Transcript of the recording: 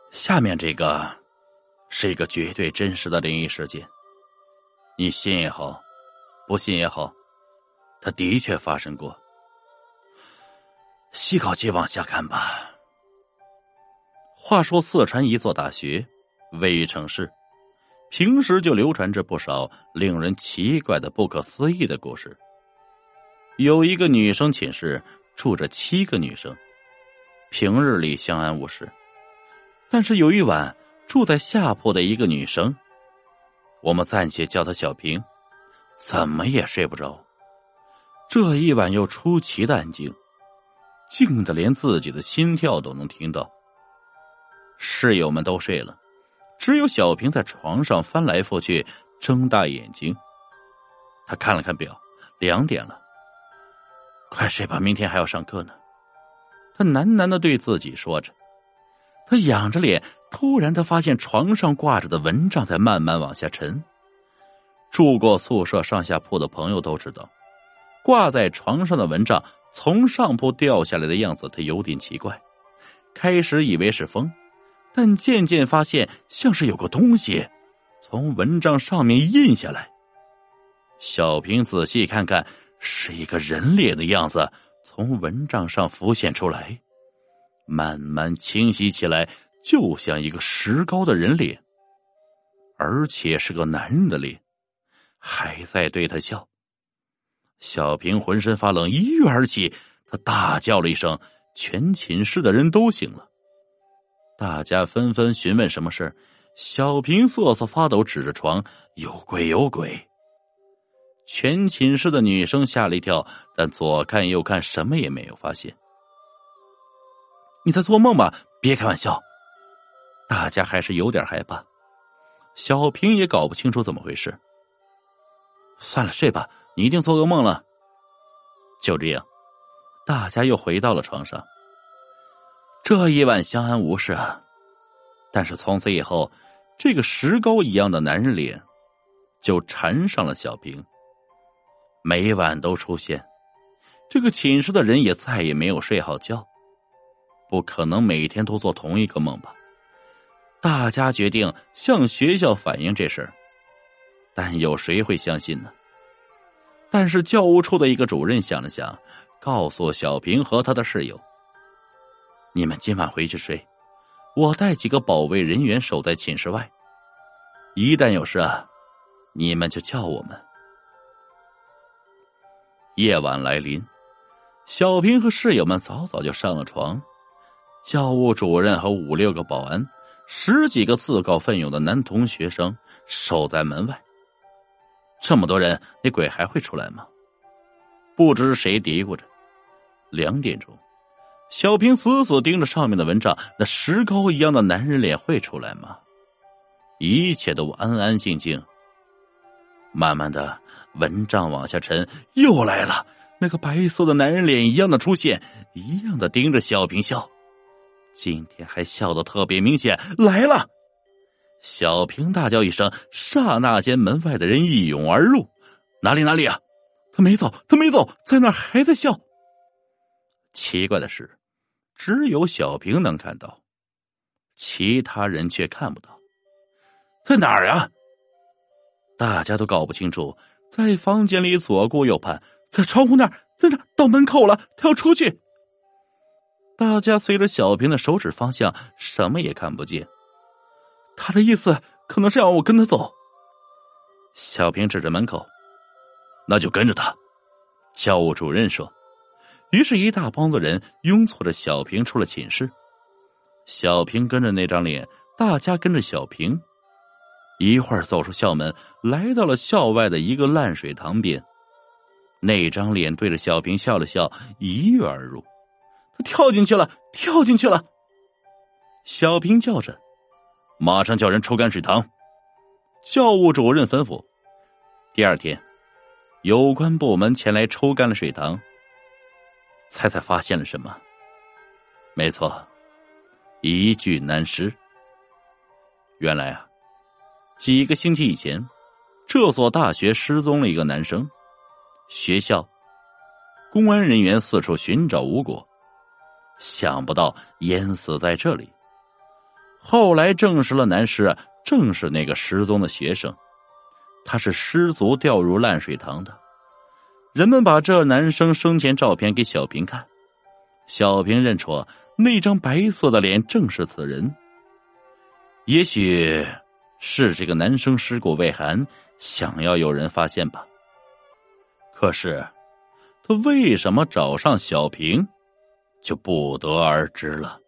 下面这个是一个绝对真实的灵异事件，你信也好，不信也好，它的确发生过。细口气往下看吧。话说四川一座大学位于城市，平时就流传着不少令人奇怪的不可思议的故事。有一个女生寝室住着7个女生，平日里相安无事，但是有一晚住在下铺的一个女生，我们暂且叫她小平，怎么也睡不着。这一晚又出奇的安静，静得连自己的心跳都能听到。室友们都睡了，只有小平在床上翻来覆去，睁大眼睛。她看了看表，2点了。快睡吧，明天还要上课呢。她喃喃地对自己说着。她仰着脸，突然她发现床上挂着的蚊帐在慢慢往下沉。住过宿舍上下铺的朋友都知道，挂在床上的蚊帐从上铺掉下来的样子，她有点奇怪。开始以为是风，但渐渐发现像是有个东西从蚊帐上面印下来。小平仔细看看，是一个人脸的样子从蚊帐上浮现出来，慢慢清晰起来，就像一个石膏的人脸，而且是个男人的脸，还在对他笑。小平浑身发冷，一跃而起，他大叫了一声，全寝室的人都醒了。大家纷纷询问什么事，小平瑟瑟发抖，指着床，有鬼有鬼。全寝室的女生吓了一跳，但左看右看，什么也没有发现。你在做梦吧？别开玩笑。大家还是有点害怕，小平也搞不清楚怎么回事。算了，睡吧，你一定做噩梦了。就这样，大家又回到了床上。这一晚相安无事啊，但是从此以后，这个石膏一样的男人脸就缠上了小平，每晚都出现。这个寝室的人也再也没有睡好觉，不可能每天都做同一个梦吧。大家决定向学校反映这事儿，但有谁会相信呢？但是教务处的一个主任想了想，告诉小平和他的室友，你们今晚回去睡，我带几个保卫人员守在寝室外，一旦有事啊，你们就叫我们。夜晚来临，小平和室友们早早就上了床，教务主任和5、6个保安，10几个自告奋勇的男同学生守在门外。这么多人，那鬼还会出来吗？不知谁嘀咕着。2点钟，小平死死盯着上面的蚊帐，那石膏一样的男人脸会出来吗？一切都安安静静。慢慢的，蚊帐往下沉，又来了，那个白色的男人脸一样的出现，一样的盯着小平笑。今天还笑得特别明显，来了！小平大叫一声，刹那间门外的人一涌而入。哪里啊？他没走，在那儿还在笑。奇怪的是，只有小平能看到，其他人却看不到。在哪儿啊？大家都搞不清楚，在房间里左顾右盼，在窗户那儿，在那儿，到门口了，他要出去。大家随着小平的手指方向，什么也看不见。他的意思可能是让我跟他走。小平指着门口，那就跟着他。教务主任说。于是一大帮子人拥簇着小平出了寝室。小平跟着那张脸，大家跟着小平。一会儿走出校门，来到了校外的一个烂水塘边。那张脸对着小平笑了笑，一跃而入。他跳进去了！小平叫着，马上叫人抽干水塘。教务主任吩咐。第2天，有关部门前来抽干了水塘。猜发现了什么？没错，一具男尸。原来啊，几个星期以前，这所大学失踪了一个男生，学校、公安人员四处寻找无果，想不到淹死在这里。 后来证实了男尸正是那个失踪的学生，他是失足掉入烂水塘的。人们把这男生生前照片给小平看，小平认出那张白色的脸正是此人。也许是这个男生尸骨未寒，想要有人发现吧。可是他为什么找上小平，就不得而知了。